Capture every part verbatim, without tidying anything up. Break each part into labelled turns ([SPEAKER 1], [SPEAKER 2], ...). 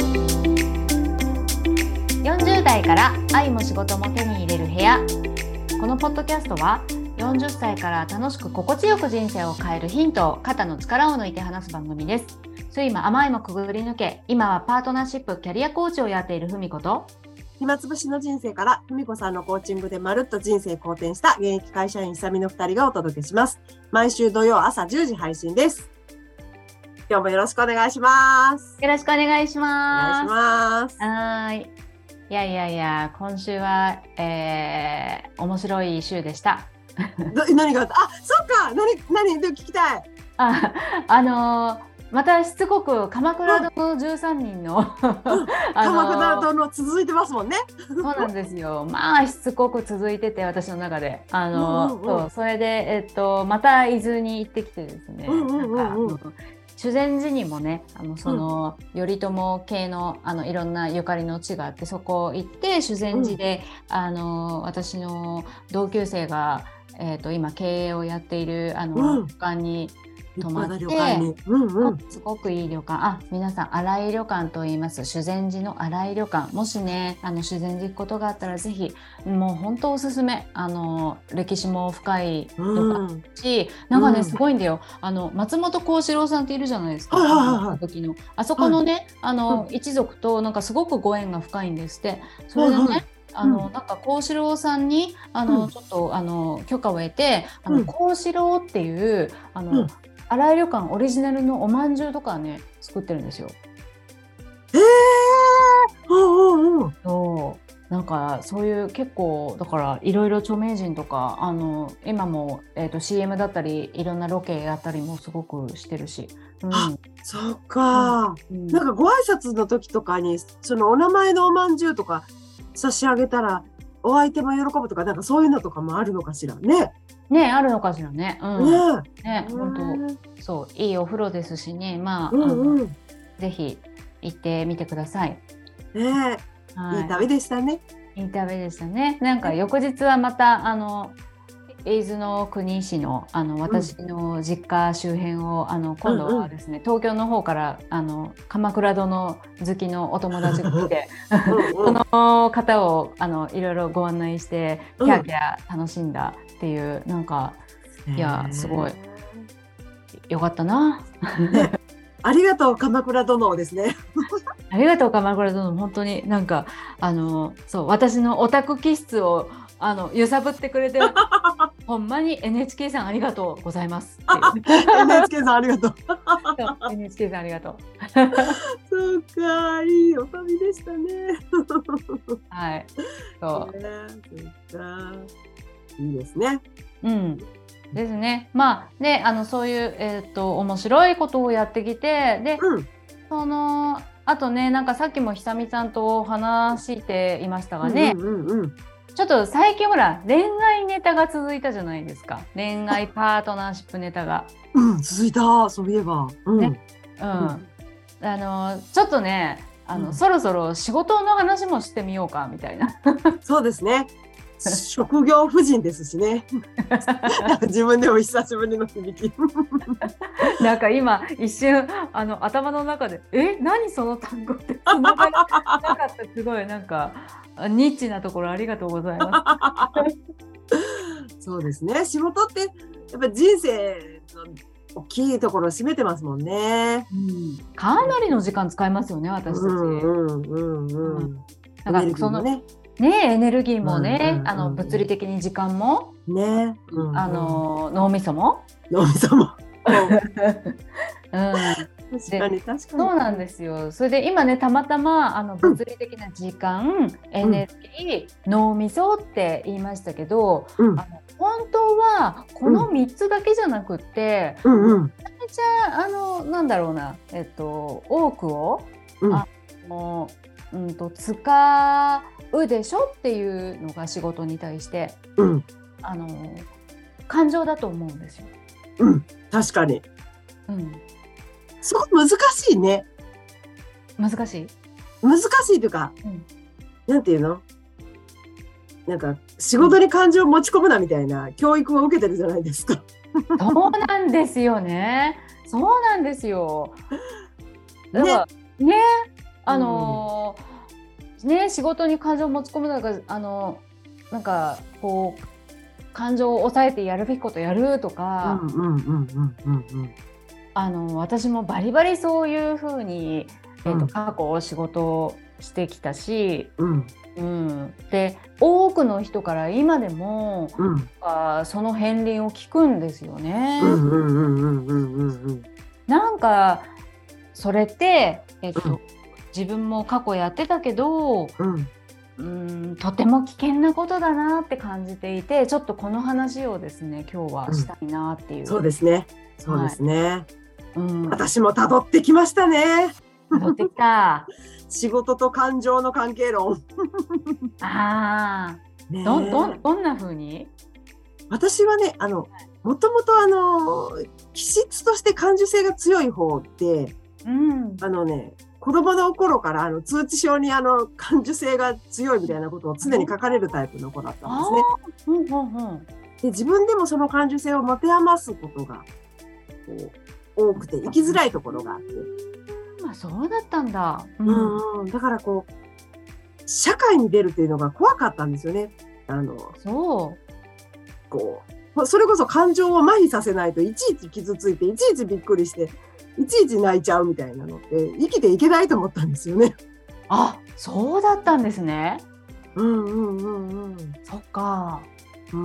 [SPEAKER 1] よんじゅう代から愛も仕事も手に入れる部屋。このポッドキャストはよんじゅっさいから楽しく心地よく人生を変えるヒントを肩の力を抜いて話す番組です。酸いも甘いもくぐり抜け、今はパートナーシップキャリアコーチをやっているふみこと
[SPEAKER 2] 暇つぶしの人生からふみこさんのコーチングでまるっと人生好転した現役会社員ひさみのふたりがお届けします。毎週土曜朝じゅうじ配信です。今日もよろしくお願いします。
[SPEAKER 1] よろしくお願いし
[SPEAKER 2] お
[SPEAKER 1] ます。
[SPEAKER 2] 願いします。
[SPEAKER 1] はーい。いやいやいや、今週は、えー、面白い週でした。
[SPEAKER 2] ど何があった？あ、そっか。何何で聞きたい。
[SPEAKER 1] あ、あのーまたしつこく鎌倉殿のじゅうさんにんの、うん、
[SPEAKER 2] 鎌倉殿続いてますもんね。
[SPEAKER 1] そうなんですよ。まあしつこく続いてて、私の中であの、うんうんうん、そうそれで、えっと、また伊豆に行ってきてですね、うんうんうんうん、修善寺にもね、あのその、うん、頼朝系の、あのいろんなゆかりの地があって、そこ行って修善寺で、うん、あの私の同級生が、えー、と今経営をやっているあの、うん、旅館に泊まって、うんうん、すごくいい旅館。あ、皆さん新井旅館と言います。修善寺の新井旅館。もしね、あの修善寺行くことがあったらぜひ、もう本当おすすめ。あの歴史も深い旅館し、うん、なんかね、すごいんだよ。あの松本幸四郎さんっているじゃないですか。あの時のあそこのね、はい、あの、うん、一族となんかすごくご縁が深いんですって。それでね。はいはい、あの、うん、なんか幸四郎さんにあの、うん、ちょっとあの許可を得て、あの、うん、幸四郎っていうあの、うん、新井旅館オリジナルのおまんじゅうとかね作ってるんですよ。
[SPEAKER 2] えー、うんうんうん。
[SPEAKER 1] そうなんかそういう結構だからいろいろ著名人とかあの今も、えーと、シーエム だったりいろんなロケやったりもすごくしてるし、
[SPEAKER 2] うん、あ、そっか、うん、なんかご挨拶の時とかにそのお名前のおまんじゅうとか差し上げたらお相手も喜ぶとか、なんかそういうのとかもあるのかしらね。
[SPEAKER 1] ね、あるのかしらね。うん、
[SPEAKER 2] ね、
[SPEAKER 1] ね、本当そういいお風呂ですしね。まあ、うんうん、あのぜひ行ってみてください。
[SPEAKER 2] ね、はい、いい旅でしたね。
[SPEAKER 1] いい旅でしたね。なんか翌日はまたあの伊豆の国市のあの私の実家周辺を、うん、あの今度はですね、うんうん、東京の方からあの鎌倉殿好きのお友達が来てその方をあのいろいろご案内してキャーキャー楽しんだっていう、うん、なんかいやすごいよかったな。
[SPEAKER 2] ありがとう鎌倉殿ですね。
[SPEAKER 1] ありがとう鎌倉殿、本当になんかあのそう私のオタク気質をあの揺さぶってくれてほんまに エヌエイチケー さんありがとうございますって
[SPEAKER 2] エヌエイチケー さんありがとう
[SPEAKER 1] エヌエイチケー さんありがとう
[SPEAKER 2] そうか、いいお旅でしたね。
[SPEAKER 1] はい、そう、
[SPEAKER 2] ね、そうか、いいですね。
[SPEAKER 1] うんですね。まあね、あのそういう、えーと、面白いことをやってきて、で、うん、そのあとね、なんかさっきもひさみさんと話していましたがね、うんうんうんうん、ちょっと最近ほら恋愛ネタが続いたじゃないですか。恋愛パートナーシップネタが、
[SPEAKER 2] うん、続いた、そういえば、うんね、
[SPEAKER 1] うん、うん、あのちょっとね、あの、うん、そろそろ仕事の話もしてみようかみたいな。
[SPEAKER 2] そうですね。職業婦人ですしね。自分でも久しぶりの響き。
[SPEAKER 1] なんか今一瞬あの頭の中でえ何その単語ってつながりなかった。すごいなんかニッチなところありがとうございます。
[SPEAKER 2] そうですね。仕事ってやっぱ人生の大きいところを占めてますもんね。
[SPEAKER 1] うん、かなりの時間使いますよね、私たち。うんうんうんうん。だからそのね。ね、エネルギーもね、うんうんうん、あの物理的に時間も、ね、うんうん、あの脳みそも
[SPEAKER 2] 脳みそも、
[SPEAKER 1] うん、確かに確かにそうなんですよ。それで今ねたまたまあの物理的な時間、うん、エネルギー、脳みそって言いましたけど、うん、あの本当はこのみっつだけじゃなくって、うんうん、めちゃめちゃあのなんだろうな、えっと多くを、うん、あのうんと使うでしょっていうのが仕事に対して、うん、あの感情だと思うんですよ。
[SPEAKER 2] うん、確かに。うん、すごく難しいね。
[SPEAKER 1] 難しい？
[SPEAKER 2] 難しいというか、うん、なんていうの？なんか仕事に感情を持ち込むなみたいな教育を受けてるじゃないですか。
[SPEAKER 1] そうなんですよね。そうなんですよ。だからね。ねあのー、ね、仕事に感情を持ち込むのが、あのー、なんかこう感情を抑えてやるべきことやるとか、あの私もバリバリそういう風に、えーと、過去仕事をしてきたし、うんうん、で多くの人から今でも、うん、あその片鱗を聞くんですよね。なんかそれって、えっとうん、自分も過去やってたけど、うんうん、とても危険なことだなって感じていて、ちょっとこの話をですね今日はしたいなっていう、
[SPEAKER 2] うん、そうですねそうですね、はいうん、私も辿ってきましたね。
[SPEAKER 1] 辿ってきた
[SPEAKER 2] 仕事と感情の関係論
[SPEAKER 1] ああ、ね、ど, ど, どんな風に？
[SPEAKER 2] 私はね、あのもともとあの気質として感受性が強い方で、うん、あのね子供の頃からあの通知表にあの感受性が強いみたいなことを常に書かれるタイプの子だったんですね。うんうんうん、で自分でもその感受性を持て余すことがこう多くて生きづらいところがあって、
[SPEAKER 1] まあ、そうだったんだ、
[SPEAKER 2] うんうん、だからこう社会に出るっていうのが怖かったんですよね。あのそうこうそれこそ感情を麻痺させないといちいち傷ついていちいちびっくりしていちいち泣いちゃうみたいなのって生きていけないと思ったんですよね。
[SPEAKER 1] あ、そうだったんですね。
[SPEAKER 2] うんうんうんうん。
[SPEAKER 1] そっか。
[SPEAKER 2] うん。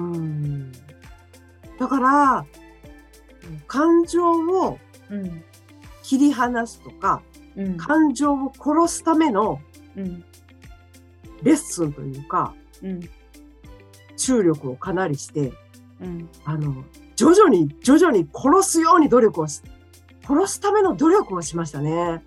[SPEAKER 2] だから感情を切り離すとか、うん、感情を殺すためのレッスンというか、うん、注力をかなりして、うん、あの徐々に徐々に殺すように努力をして。殺すための努力をしましたね。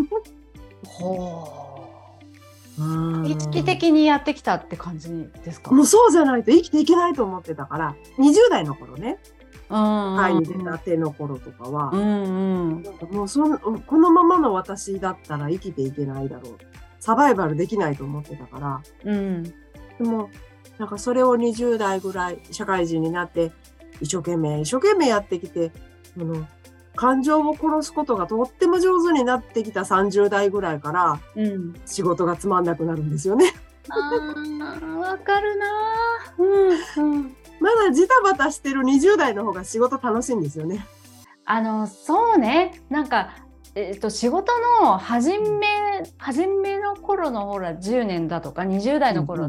[SPEAKER 1] ほう。意識的にやってきたって感じですか？
[SPEAKER 2] もうそうじゃないと生きていけないと思ってたから、にじゅう代の頃ね、会に出たての頃とかは、うんうん、なんかもうそのこのままの私だったら生きていけないだろう、サバイバルできないと思ってたから、うん、でもなんかそれをにじゅう代ぐらい社会人になって一生懸命一生懸命やってきて、あの感情を殺すことがとっても上手になってきたさんじゅう代ぐらいから、うん、仕事がつまんなくなるんですよね。
[SPEAKER 1] あー、わかるな、
[SPEAKER 2] うんうん、まだジタバタしてるにじゅう代の方が仕事楽しいんですよね。
[SPEAKER 1] あのそうね、なんか、えっと、仕事の初め初めの頃のほらじゅうねんだとかにじゅう代の頃って、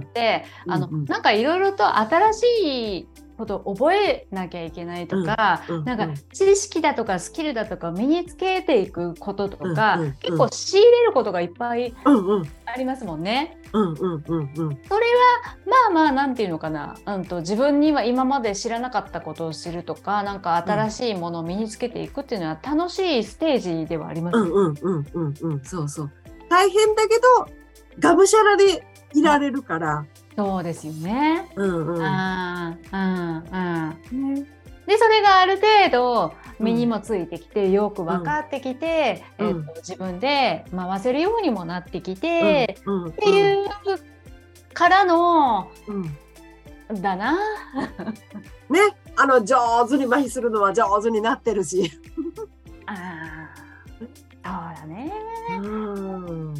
[SPEAKER 1] うんうん、あの、うんうん、なんかいろいろと新しいことを覚えなきゃいけないとか、うんうん、なんか知識だとかスキルだとか身につけていくこととか、うんうんうん、結構仕入れることがいっぱいありますもんね。うんうんうんうん、それはまあまあなんていうのかな、うんと自分には今まで知らなかったことを知るとか、なんか新しいものを身につけていくっていうのは楽しいステージではありますよね。うんうんうんうんうん、そうそう。
[SPEAKER 2] 大変だけどがむしゃらでいられるから。
[SPEAKER 1] そうですよね。うんうん。あうんうん。ね、でそれがある程度身にもついてきて、うん、よく分かってきて、うん、えーと、自分で回せるようにもなってきて、うんうん、っていうからの、うん、だな。
[SPEAKER 2] ね、あの上手に麻痺するのは上手になってるし。
[SPEAKER 1] ああ、そうだね。うん、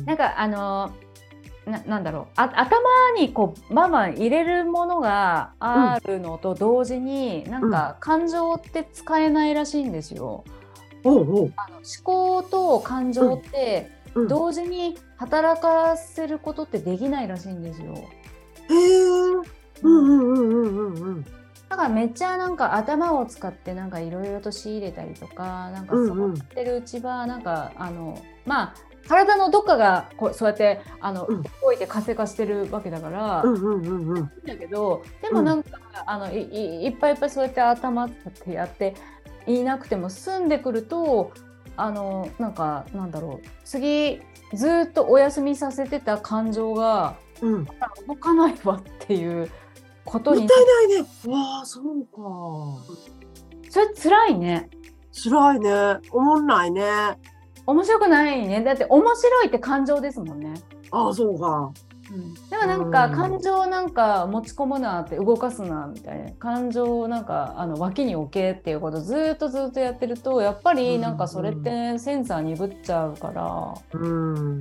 [SPEAKER 1] なんかあの。な, なんだろうあ頭にこうバンバン入れるものがあるのと同時に、うん、なんか感情って使えないらしいんですよ。うん、あの思考と感情って同時に働かせることってできないらしいんですよ。へー、うんうんうんうんうん。だからめっちゃなんか頭を使ってなんかいろいろと仕入れたりとかなんかそうやってるうちはなんかあのまあ体のどっかがこうそうやってあの、うん、動いて活性化してるわけだから、うんうんうんうん、だけどでもなんか、うん、あの い, い, いっぱいいっぱいそうやって頭使ってやっていなくても済んでくるとあのなんかなんだろう次ずっとお休みさせてた感情が、うん、動かないわっていうことに
[SPEAKER 2] もったいないね。わあそうか。
[SPEAKER 1] それ辛いね。
[SPEAKER 2] 辛いね。おもんないね。
[SPEAKER 1] 面白くないね。だって面白いって感情ですもんね。
[SPEAKER 2] ああそうか。
[SPEAKER 1] うん、でもなんか感情をなんか持ち込むなって動かすなみたいな感情をなんかあの脇に置けっていうことをずっとずっとやってるとやっぱりなんかそれってセンサー鈍っちゃうから、うん、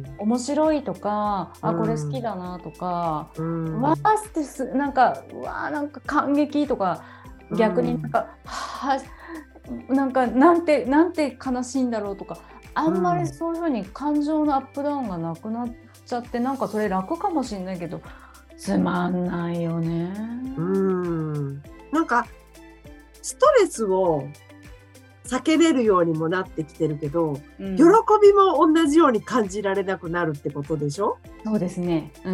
[SPEAKER 1] 面白いとか、うん、あこれ好きだなとか、うん、わーってすなんかうわーなんか感激とか逆になんか、うん、はなんかなんてなんて悲しいんだろうとかあんまりそういうふうに感情のアップダウンがなくなってちゃってなんかそれ楽かもしれないけどつまんないよね。
[SPEAKER 2] うん。なんかストレスを避けれるようにもなってきてるけど、うん、喜びも同じように感じられなくなるってことでしょ？
[SPEAKER 1] そうですね。うん。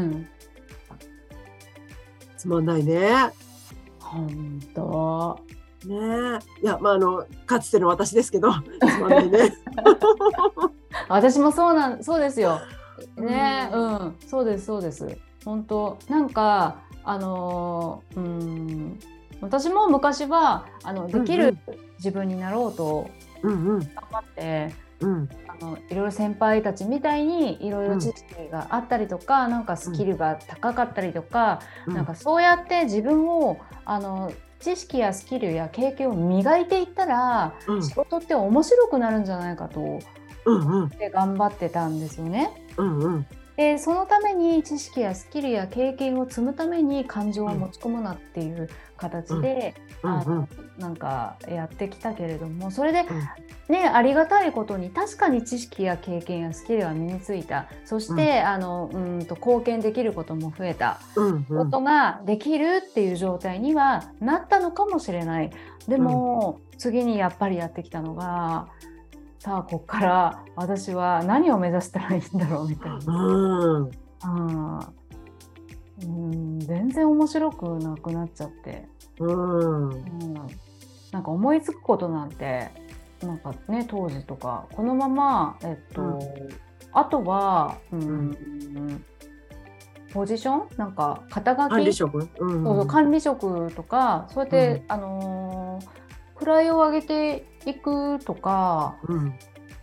[SPEAKER 2] つまんないね。
[SPEAKER 1] 本当。
[SPEAKER 2] ねえ。いやまああのかつての私ですけどつまんないね。
[SPEAKER 1] 私もそうなんそうですよ。ね、うん、うん、そうですそうです。本当なんかあのー、うん私も昔はあのできる自分になろうと頑張って、うんうん、あのいろいろ先輩たちみたいにいろいろ知識があったりとか、うん、なんかスキルが高かったりとか、うん、なんかそうやって自分をあの知識やスキルや経験を磨いていったら、うん、仕事って面白くなるんじゃないかと思って頑張ってたんですよね。うんうん、でそのために知識やスキルや経験を積むために感情を持ち込むなっていう形で、うんあのうん、なんかやってきたけれどもそれで、ね、ありがたいことに確かに知識や経験やスキルが身についたそして、うん、あのうんと貢献できることも増えた、うんうん、ことができるっていう状態にはなったのかもしれない。でも、うん、次にやっぱりやってきたのがさあここから私は何を目指したらいいんだろうみたいな、うんあうん、全然面白くなくなっちゃって、うんうん、なんか思いつくことなんてなんかね当時とかこのままえっと、うん、あとは、うんうん、ポジションなんか肩書き
[SPEAKER 2] 管理職、うんうん、
[SPEAKER 1] そうそう管理職とかそうやって、うん、あのー、位を上げていくとか、うん、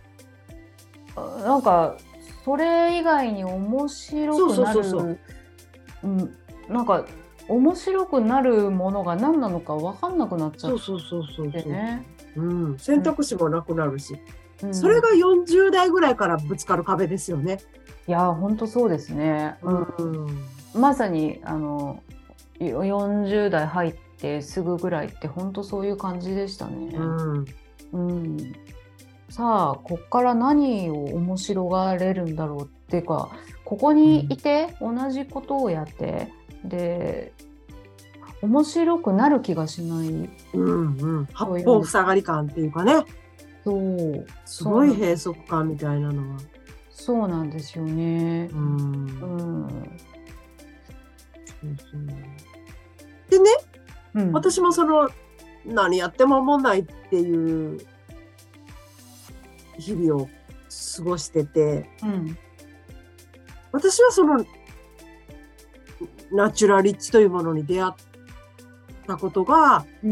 [SPEAKER 1] なんかそれ以外に面白くなるなんか面白くなるものが何なのか分かんなくなっちゃってね。そうそうそうそう、
[SPEAKER 2] うん、選択肢もなくなるし、うん、それがよんじゅう代ぐらいからぶつかる壁ですよね。
[SPEAKER 1] いや本当そうですね、うんうん、まさにあのよんじゅう代入ってすぐぐらいって本当そういう感じでしたね、うんうん、さあこっから何を面白がれるんだろうっていうかここにいて同じことをやってで面白くなる気がしない、うん
[SPEAKER 2] うん、八方塞がり感っていうかね
[SPEAKER 1] そう
[SPEAKER 2] すごい閉塞感みたいなのは
[SPEAKER 1] そうなんですよね、うんうん、
[SPEAKER 2] でね、うん、私もその何やっても思わないっていう日々を過ごしてて、うん、私はそのナチュラリッチというものに出会ったことが、うん、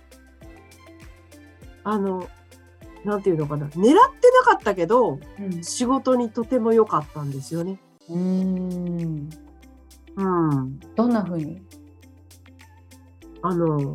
[SPEAKER 2] あのなんていうのかな狙ってなかったけど、うん、仕事にとても良かったんですよね。うーん、
[SPEAKER 1] うん、どんな風に？
[SPEAKER 2] あの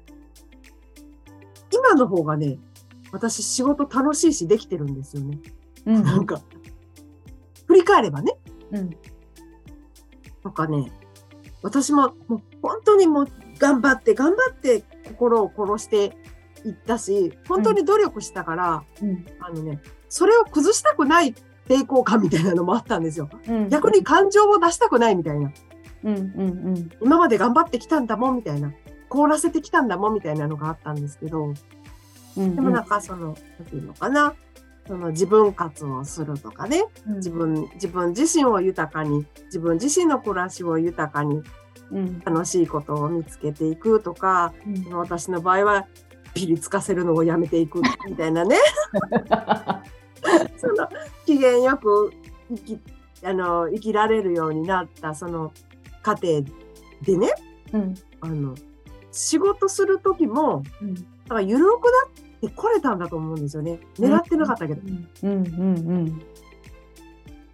[SPEAKER 2] 今の方がね私仕事楽しいしできてるんですよね。うん、なんか振り返ればね、うん、なんかね私ももう本当にもう頑張って頑張って心を殺していったし本当に努力したから、うん、あのねそれを崩したくない抵抗感みたいなのもあったんですよ、うん、逆に感情を出したくないみたいな、うんうんうん、今まで頑張ってきたんだもんみたいな凍らせてきたんだもんみたいなのがあったんですけど、うんうん、でもなんかその何ていうのかなその自分活をするとかね、うん、自分自分自身を豊かに自分自身の暮らしを豊かに、うん、楽しいことを見つけていくとか、うん、私の場合はピリつかせるのをやめていくみたいなねその機嫌よく生き、あの生きられるようになったその過程でね、うん、あの仕事する時も、うん、だから緩くなってこれたんだと思うんですよね。狙ってなかったけど、うんうんうんうん、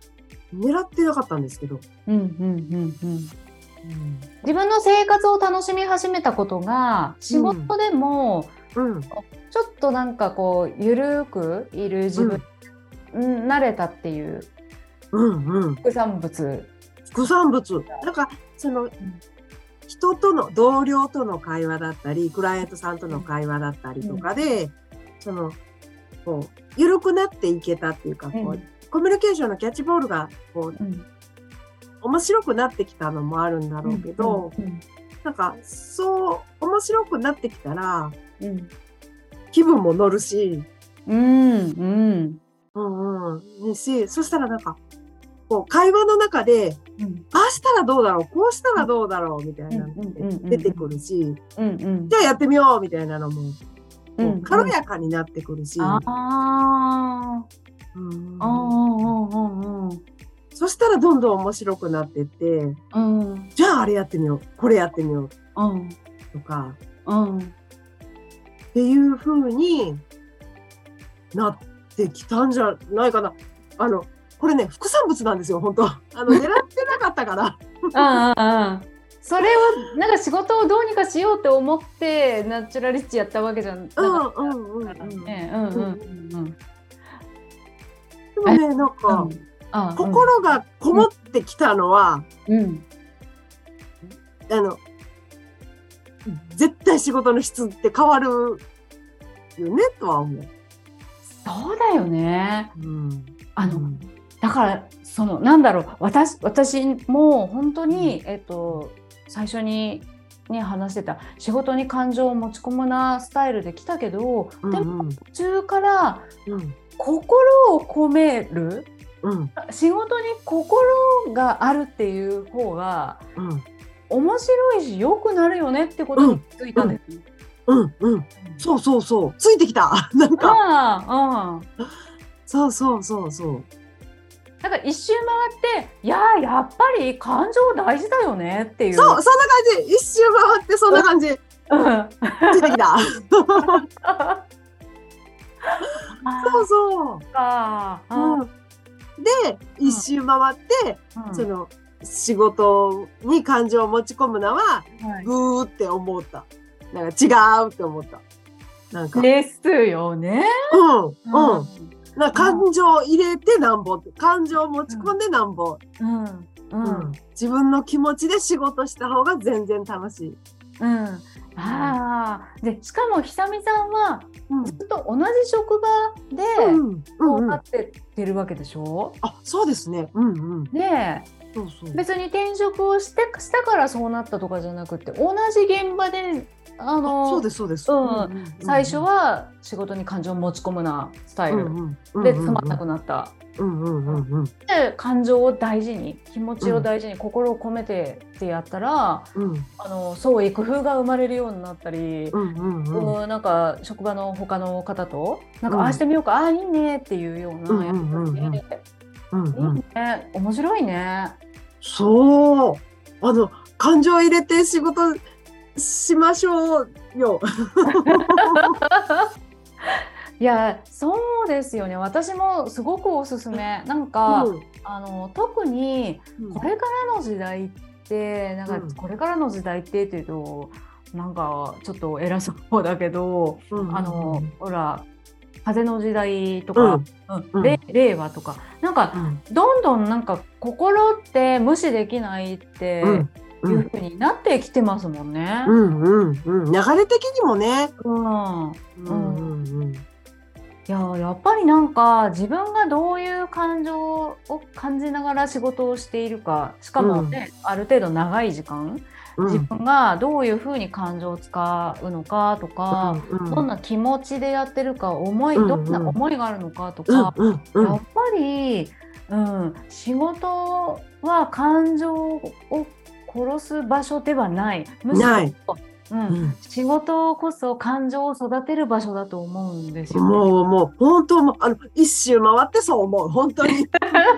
[SPEAKER 2] 狙ってなかったんですけど。
[SPEAKER 1] うんうんうんうん。自分の生活を楽しみ始めたことが仕事でも、うんうん、ちょっとなんかこうゆるくいる自分、うん、慣れたっていう、うんうん、副産物
[SPEAKER 2] 副産物なんかその、うん、人との同僚との会話だったりクライアントさんとの会話だったりとかで、うん、そのこう緩くなっていけたっていうか、こう、うん、コミュニケーションのキャッチボールがこう、うん面白くなってきたのもあるんだろうけど、うんうんうん、なんかそう面白くなってきたら、うん、気分も乗るし、うんうんうんうん、し、そしたらなんかこう会話の中で、うん、ああしたらどうだろう、こうしたらどうだろうみたいなのって出てくるし、うんうん、じゃあやってみようみたいなのも、うんうん、軽やかになってくるし、ああ、うんああそしたらどんどん面白くなってって、うん、じゃああれやってみよう、これやってみよう、うん、とか、うん、っていう風になってきたんじゃないかな。あの、これね、副産物なんですよ、本当。あの、狙ってなかったから。
[SPEAKER 1] ああそれを、なんか仕事をどうにかしようって思って、ナチュラリッチやったわけじゃなかったからね。うんうんうん。で
[SPEAKER 2] もね、なんか、ああ心がこもってきたのは、うん、あの絶対仕事の質って変わるよねとは思う。
[SPEAKER 1] そうだよね。うん、あの、うん、だからそのなんだろう私私も本当に、えっと、最初にに話してた仕事に感情を持ち込むなスタイルで来たけど、うんうん、でも途中から、うん、心を込めるうん、仕事に心があるっていう方が、うん、面白いし良くなるよねってことに気づいたんです、ね、
[SPEAKER 2] うんうん、うんうん、そうそうそうついてきたなんかああそうそうそうそう
[SPEAKER 1] なんか一周回っていややっぱり感情大事だよねっていう
[SPEAKER 2] そうそんな感じ一周回ってそんな感じ、うん、ついてきたそうそうああ、うんで一周回って、うん、その仕事に感情を持ち込むのは、はい、グーって思った。なんか違うって思った。
[SPEAKER 1] なんかですよね。
[SPEAKER 2] うんうん。なんか感情を入れてなんぼって感情を持ち込んでなんぼ、うんうんうん。自分の気持ちで仕事した方が全然楽しい。
[SPEAKER 1] うん。ああ、でしかもひさみさんはずっと同じ職場でそうなってってるわけでしょ？
[SPEAKER 2] あ、そうですね。うんうん。
[SPEAKER 1] ねえ、そうそう。別に転職をしてしたからそうなったとかじゃなくて、同じ現場であの
[SPEAKER 2] そうですそうです。
[SPEAKER 1] うん。最初は仕事に感情を持ち込むなスタイルでつまんなくなった。うんうんうんうん、で感情を大事に気持ちを大事に、うん、心を込めてってやったら、うん、あの創意工夫が生まれるようになったり、うんうんうん、なんか職場の他の方となんか、うん、ああしてみようかああいいねっていうようなやつで、いいね面白いね。
[SPEAKER 2] そうあの感情入れて仕事しましょうよ。
[SPEAKER 1] いやそうですよね。私もすごくおすすめ。なんか、うん、あの特にこれからの時代って、うん、なんかこれからの時代ってっていうとなんかちょっと偉そうだけど、うん、あのほら風の時代とか、うん、令和とかなんか、どんどんなんか心って無視できないって。いう風になってきてますもんね。
[SPEAKER 2] うんうんうん。流れ的にもね。うんうん
[SPEAKER 1] うんうん。いややっぱりなんか自分がどういう感情を感じながら仕事をしているか、しかもね、うん、ある程度長い時間、うん、自分がどういう風に感情を使うのかとか、うんうん、どんな気持ちでやってるか、思い、うんうん、どんな思いがあるのかとか、うんうんうん、やっぱり、うん、仕事は感情を殺す場所ではない。むしろない、うんうん、仕事こそ感情を育てる場所だと思うんですよね。
[SPEAKER 2] もうもう本当もあの一周回ってそう思う本当に。うん、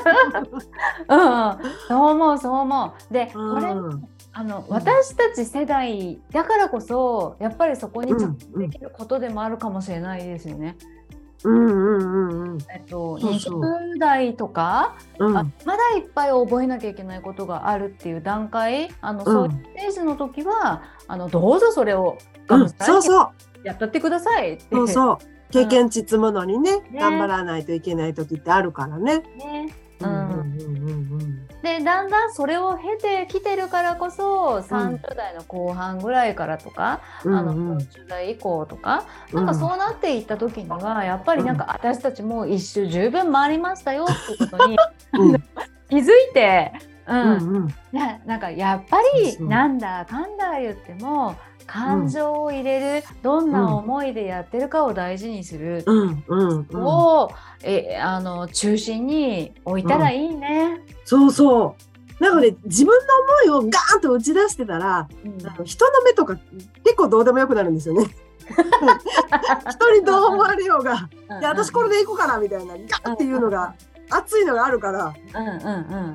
[SPEAKER 1] そう思うそう思う。で、うん、これあの、うん、私たち世代だからこそやっぱりそこに着地できることでもあるかもしれないですよね。
[SPEAKER 2] うんうんうんうん。
[SPEAKER 1] えっと、
[SPEAKER 2] そうそう。
[SPEAKER 1] にじゅう代とか、
[SPEAKER 2] うん、
[SPEAKER 1] あまだいっぱい覚えなきゃいけないことがあるっていう段階、あのそういう
[SPEAKER 2] うん、
[SPEAKER 1] ステージの時はあのどうぞそれをが
[SPEAKER 2] うん、
[SPEAKER 1] むしゃらに
[SPEAKER 2] そうそう。
[SPEAKER 1] やったってくださいって。
[SPEAKER 2] そうそう。経験値積むのにね、
[SPEAKER 1] ね、
[SPEAKER 2] 頑張らないといけない時ってあるからね。
[SPEAKER 1] ね、
[SPEAKER 2] うんうんうんうん
[SPEAKER 1] でだんだんそれを経てきてるからこそ
[SPEAKER 2] うん。
[SPEAKER 1] さんじゅう代の後半ぐらいからとか、
[SPEAKER 2] うん
[SPEAKER 1] あの
[SPEAKER 2] うん
[SPEAKER 1] よんじゅう代以降とか、
[SPEAKER 2] うん
[SPEAKER 1] なんかそうなっていった時にはやっぱりなんか私たちも一周十分回りましたよっていうことに、
[SPEAKER 2] うん、
[SPEAKER 1] 気づいて、うん
[SPEAKER 2] うんうん。
[SPEAKER 1] ね、なんかやっぱり
[SPEAKER 2] そうそう
[SPEAKER 1] なんだかんだ言っても感情を入れる、どんな思いでやってるかを大事にする、
[SPEAKER 2] うんうんうん。
[SPEAKER 1] をえあの中心に置いたらいいね。
[SPEAKER 2] そうそう。なので自分の思いをガーンと打ち出してたら、
[SPEAKER 1] うん、
[SPEAKER 2] あの人の目とか結構どうでもよくなるんですよね。人にどう思われようが、
[SPEAKER 1] うん、
[SPEAKER 2] いや私これでいこうかなみたいな、ガーっていうのが、熱いのがあるから、
[SPEAKER 1] うんうんうん、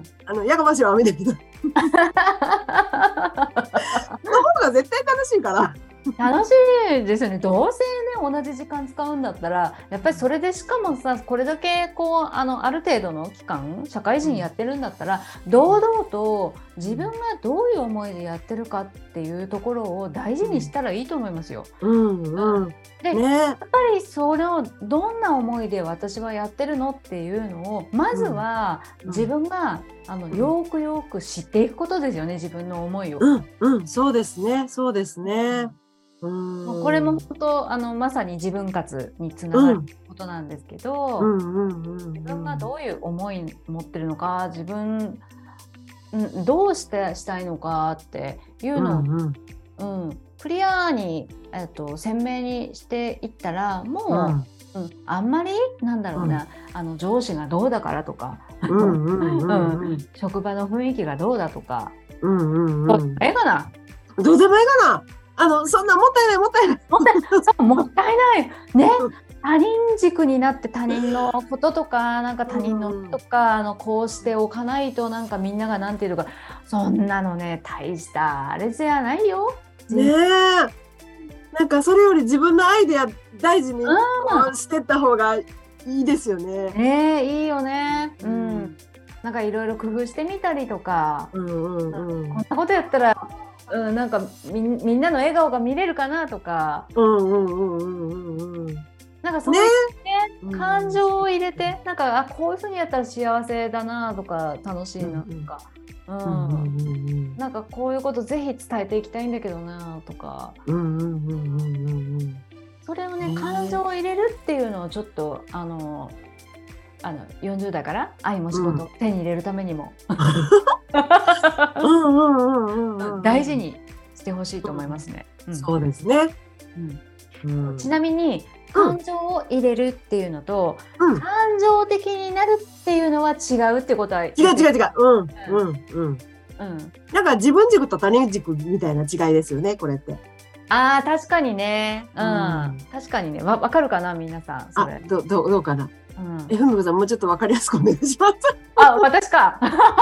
[SPEAKER 2] あのやかましいわみたいな。その方が絶対楽しいから。
[SPEAKER 1] 楽しいですよね。どうせね同じ時間使うんだったらやっぱりそれで、しかもさこれだけこう あのある程度の期間社会人やってるんだったら、堂々と自分がどういう思いでやってるかっていうところを大事にしたらいいと思いますよ。
[SPEAKER 2] うんうん。
[SPEAKER 1] で、
[SPEAKER 2] ね、
[SPEAKER 1] やっぱりそれをどんな思いで私はやってるのっていうのをまずは自分が、うん、あのよくよく知っていくことですよね、自分の思いを。
[SPEAKER 2] うんうん、そうですねそうですね。うん、
[SPEAKER 1] もうこれも本当あのまさに自分活につながることなんですけど、
[SPEAKER 2] うんうんうんうん、
[SPEAKER 1] 自分がどういう思い持ってるのか、自分、うん、どうしてしたいのかっていうのを、うんうんうん、クリアに、えっと、鮮明にしていったらもう、うんうん、あんまりなんだろうな、うん、あの上司がどうだからとか、うんうんうんうん、職場の雰囲気がどうだとか、うんうんうん、どうでもいいかな
[SPEAKER 2] どうでもいいかなあのそんなもったいないもったいない
[SPEAKER 1] もったいないそうもったいないね他人軸になって他人のこととかなんか他人のとか、うん、あのこうしておかないとなんかみんながなんていうかそんなのね大したあれじゃないよ
[SPEAKER 2] ねえなんかそれより自分のアイデア大事にしてった方がいいですよね。
[SPEAKER 1] ねえいいよね。うん、うん、なんかいろいろ工夫してみたりとか、うんうんうん、こんなことやったらうん、なんか み, みんなの笑顔が見れるかなとか、うんうんうんうんうん、なんかそういうね、ね感情を入れて、なんかあこういう風にやったら幸せだなとか楽しいなとか、うんうんうんうん、なんかこういうことぜひ伝えていきたいんだけどなとか、うんうんうんうんうん、それをね感情を入れるっていうのをちょっとあのあのよんじゅう代から愛も仕事を手に入れるためにも大事にしてほしいと思いますね。
[SPEAKER 2] うん、そうですね、
[SPEAKER 1] うんうん、ちなみに感情を入れるっていうのと、うん、感情的になるっていうのは違うってことは違う
[SPEAKER 2] 違う違う違う、うんうんうんうん、なんか自分軸と他人軸みたいな違いですよねこれって。
[SPEAKER 1] あー確かにね、うんうん、確かにね わ, わかるかな皆さんそれ。
[SPEAKER 2] あ ど, ど, どうかな、うん、えふみこさんもうちょっとわかりやすくお願いします。
[SPEAKER 1] あ私か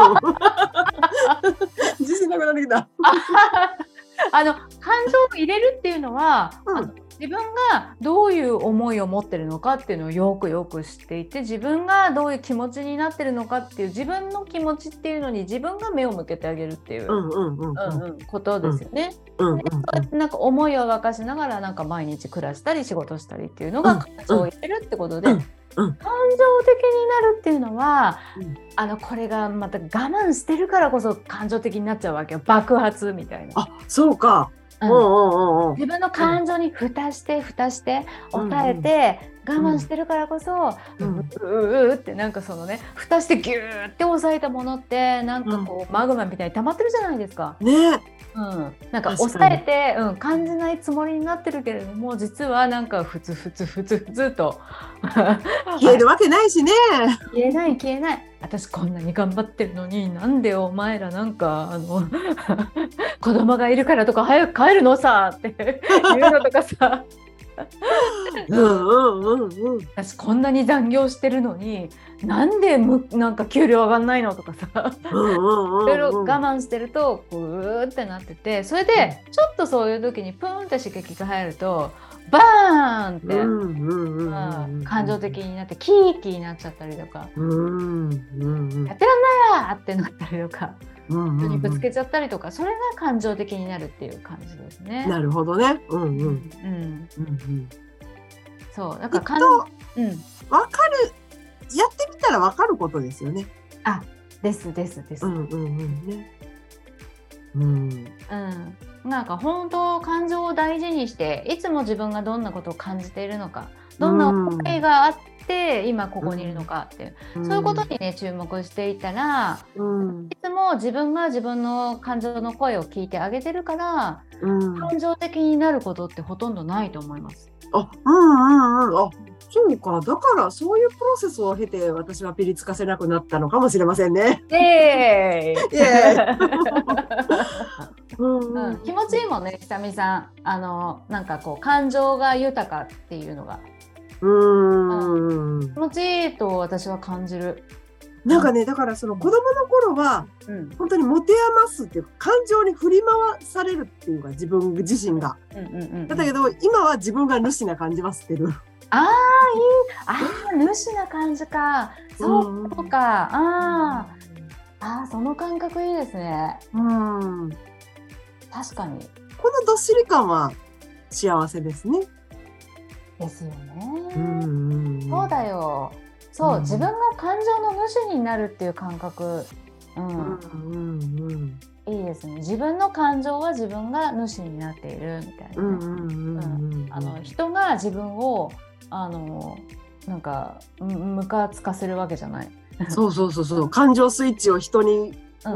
[SPEAKER 2] 自信なくなってきた
[SPEAKER 1] あの感情を入れるっていうのは、うん、あの自分がどういう思いを持ってるのかっていうのをよくよく知っていて自分がどういう気持ちになってるのかっていう自分の気持ちっていうのに自分が目を向けてあげるっていうことですよね。うんうんうん、そうやってなんか思いを沸かしながらなんか毎日暮らしたり仕事したりっていうのが感情を入れるってことで、うんうんうん、感情的になるっていうのは、うん、あのこれがまた我慢してるからこそ感情的になっちゃうわけよ。爆発みたいな。
[SPEAKER 2] あそうか、うん、
[SPEAKER 1] おうおうおう自分の感情に蓋して蓋して抑えて我慢してるからこそ、うんうん、うううってなんかそのね蓋してギューって抑えたものってなんかこう、うん、マグマみたいに溜まってるじゃないですか。
[SPEAKER 2] ね。
[SPEAKER 1] うん、なんか抑えて、うん、感じないつもりになってるけれども実はなんかふつふつふつふつと
[SPEAKER 2] 消えるわけないしね。
[SPEAKER 1] 消えない消えない私こんなに頑張ってるのになんでお前らなんかあの子供がいるからとか早く帰るのさって言うのとかさうんうんうんうん、私こんなに残業してるのになんでむなんか給料上がんないのとかさいろいろ我慢してるとうーってなっててそれでちょっとそういう時にプーンって刺激が入るとバーンって、
[SPEAKER 2] うんうんうんうん、
[SPEAKER 1] 感情的になってキーキーになっちゃったりとか、
[SPEAKER 2] うんうんうん、
[SPEAKER 1] やってらんないわってなったりとか、
[SPEAKER 2] うんうんうん、
[SPEAKER 1] 人にぶつけちゃったりとか、それが感情的になるっていう感じですね。
[SPEAKER 2] なるほどね。うんうんうん
[SPEAKER 1] うんうん、そうだから感情、うん、
[SPEAKER 2] わかる、やってみたらわかることですよね。
[SPEAKER 1] あ、ですですです。
[SPEAKER 2] うんうんうんね。うん。
[SPEAKER 1] うん、なんか本当感情を大事にして、いつも自分がどんなことを感じているのか、どんな思いがあって今ここにいるのかっていう、うん、そういうことにね注目していたら、うん、いつも自分が自分の感情の声を聞いてあげてるから、うん、感情的になることってほとんどないと思います。
[SPEAKER 2] あ、うんうんうん、あ、そうか。だからそういうプロセスを経て私はピリつかせなくなったのかもしれませんね。
[SPEAKER 1] イエーイ、イエーイ
[SPEAKER 2] うん
[SPEAKER 1] うん、気持ちいいもんね、久美さん。あのなんかこう感情が豊かっていうのが、
[SPEAKER 2] うーん、
[SPEAKER 1] 気持ちいいと私は感じる。
[SPEAKER 2] なんかね、だからその子供の頃は、うん、本当に持て余すっていうか、感情に振り回されるっていうか、自分自身が。うんうんうんうん、だけど今は自分が主な感じはしてる。
[SPEAKER 1] ああ、いい。ああ、主な感じか。そうか。うん、ああ、あ、その感覚いいですね。うん。確かに。
[SPEAKER 2] このどっしり感は幸せですね。
[SPEAKER 1] ですよね。
[SPEAKER 2] うんうん、
[SPEAKER 1] そうだよ。そう、うん、自分が感情の主になるっていう感覚。うん。うんうんうん、いいですね。自分の感情は自分が主になっているみたいな。あの人が自分をあのなんかムカつかせるわけじゃない。
[SPEAKER 2] そうそうそうそう。感情スイッチを人に、うん、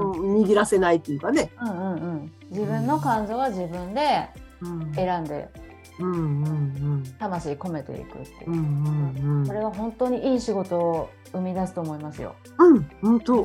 [SPEAKER 2] 握らせないっていうかね。
[SPEAKER 1] うんうんうん。自分の感情は自分で選んで、うんうんうん、魂込めていくっていう。うんうんうん、それは本当にいい仕事を生み出すと思いますよ。
[SPEAKER 2] うん、本当、うん、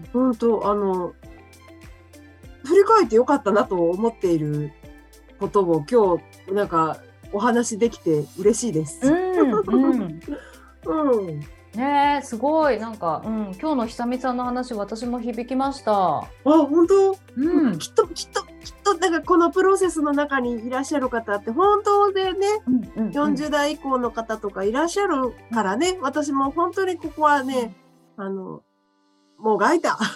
[SPEAKER 2] 本当あの振り返ってよかったなと思っていることを今日なんかお話できて嬉しいです。うんうん
[SPEAKER 1] うんねえ、すごいなんか、うん、今日の久美さんの話私も響きました。あ、
[SPEAKER 2] 本当、うん、きっときっときっとなんかこのプロセスの中にいらっしゃる方って本当でね、うんうんうん、よんじゅう代以降の方とかいらっしゃるからね、私も本当にここはね、あのもうがいた。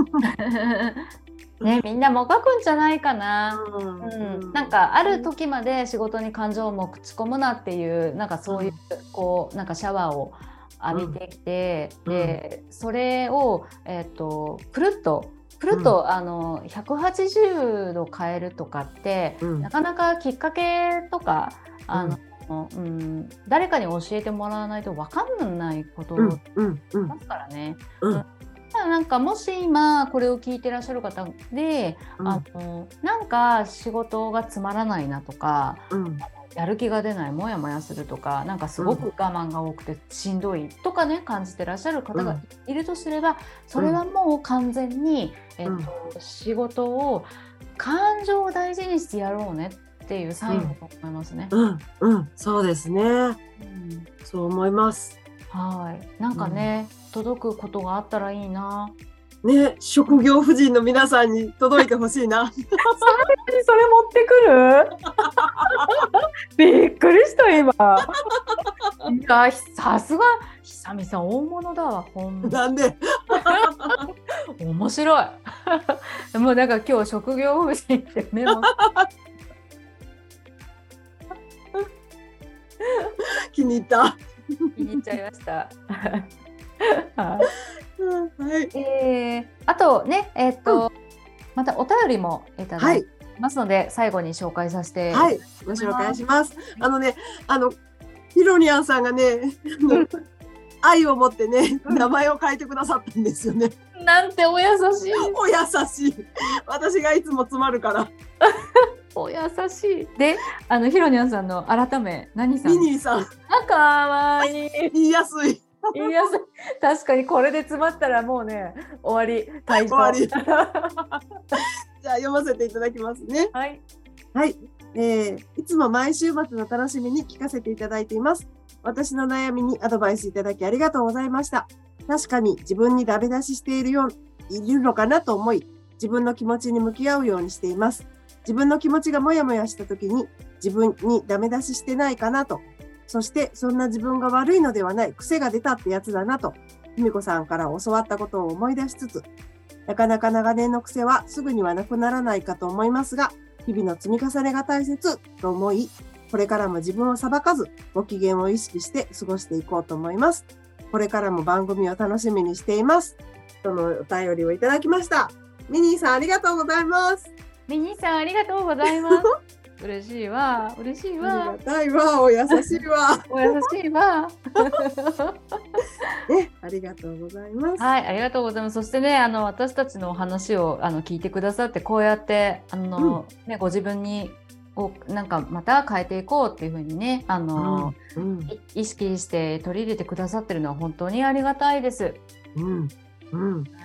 [SPEAKER 1] ね、みんなもがくんじゃないかな、うんうん、なんかある時まで仕事に感情も口込むなっていうなんかそういう、うん、こうなんかシャワーを浴びてきて、うん、でそれを、えー、とくるっとくるっと、うん、あのひゃくはちじゅうど変えるとかって、うん、なかなかきっかけとかあの、うんうん、誰かに教えてもらわないと分かんないことますからね。うんうんなんかもし今これを聞いてらっしゃる方で、うん、あのなんか仕事がつまらないなとか、うん、やる気が出ないモヤモヤするとかなんかすごく我慢が多くてしんどいとかね感じてらっしゃる方がいるとすれば、うん、それはもう完全に、うん、えっと、仕事を感情を大事にしてやろうねっていうサインだと思いますね。
[SPEAKER 2] うん、うんうん、そうですね、うん、そう思います。
[SPEAKER 1] はい、なんかね、うん、届くことがあったらいいな。
[SPEAKER 2] ね、職業婦人の皆さんに届いてほしいな。それ、
[SPEAKER 1] それ持ってくる？びっくりした今。いや、さすが久美さん大物だわ。ほんま。
[SPEAKER 2] なんで？
[SPEAKER 1] 面白い。もうなんか今日職業婦人ってメモ。
[SPEAKER 2] 気に入った。
[SPEAKER 1] 気に入っちゃいました。
[SPEAKER 2] はい。
[SPEAKER 1] えー、あとね、えっと、うん、またお便りもいただいてますので、はい、最後に紹介させて。
[SPEAKER 2] はい、ご紹介します。あのね、あのヒロニアンさんがね、うん、愛を持ってね、名前を変えてくださったんですよね。
[SPEAKER 1] なんてお優しい。
[SPEAKER 2] お優しい。私がいつも詰まるから。
[SPEAKER 1] お優しい。で、あのヒロニャンさんの改め何さん？
[SPEAKER 2] ミニーさん。あ、
[SPEAKER 1] かわいい。
[SPEAKER 2] 言いやすい。
[SPEAKER 1] 言いやすい。確かにこれで詰まったらもうね、終わり。
[SPEAKER 2] 終わり。じゃあ読ませていただきますね。
[SPEAKER 1] はい。
[SPEAKER 2] はい。えー、いつも毎週末の楽しみに聞かせていただいています。私の悩みにアドバイスいただきありがとうございました。確かに自分にダメ出ししているよういるのかなと思い、自分の気持ちに向き合うようにしています。自分の気持ちがモヤモヤした時に、 自分にダメ出ししてないかなと、そしてそんな自分が悪いのではない、癖が出たってやつだなと、ふみこさんから教わったことを思い出しつつ、なかなか長年の癖はすぐにはなくならないかと思いますが、日々の積み重ねが大切と思い、これからも自分を裁かず、ご機嫌を意識して過ごしていこうと思います。これからも番組を楽しみにしています。とのお便りをいただきました。ミニーさんありがとうございます。
[SPEAKER 1] ミニーさんありがとうございます。嬉しいわ、嬉しいわ。
[SPEAKER 2] ありがたいわ、お優しいわ。
[SPEAKER 1] お優しいわ。
[SPEAKER 2] ね、ありがとうございます。
[SPEAKER 1] はい、ありがとうございます。そしてね、あの私たちのお話をあの聞いてくださって、こうやってあの、うん、ね、ご自分にをなんかまた変えていこうっていう風にね、あの、うんうん、意識して取り入れてくださってるのは本当にありがたいです。
[SPEAKER 2] うんうん、はい、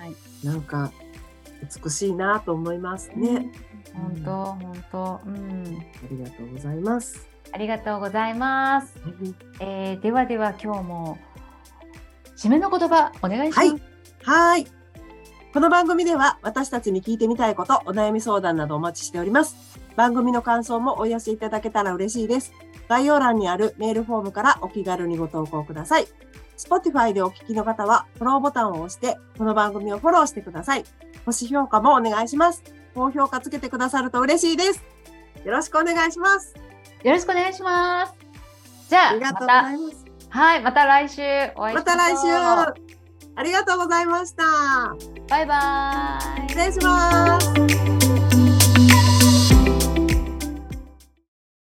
[SPEAKER 2] なんか美しいなと思いますね。
[SPEAKER 1] 本当、本当、うん。
[SPEAKER 2] ありがとうございます。
[SPEAKER 1] ありがとうございます。えー、ではでは今日も締めの言葉お願いします。
[SPEAKER 2] はい。はい。この番組では私たちに聞いてみたいこと、お悩み相談などお待ちしております。番組の感想もお寄せいただけたら嬉しいです。概要欄にあるメールフォームからお気軽にご投稿ください。Spotify でお聞きの方はフォローボタンを押して、この番組をフォローしてください。星評価もお願いします。高評価つけてくださると嬉しいです。よろしくお願いします。
[SPEAKER 1] よろしくお願いします。じゃあ、
[SPEAKER 2] ありがとうございます。
[SPEAKER 1] はい、また来週お会いしましょう。
[SPEAKER 2] また来週。ありがとうございました。
[SPEAKER 1] バイバーイ。
[SPEAKER 2] 失礼します。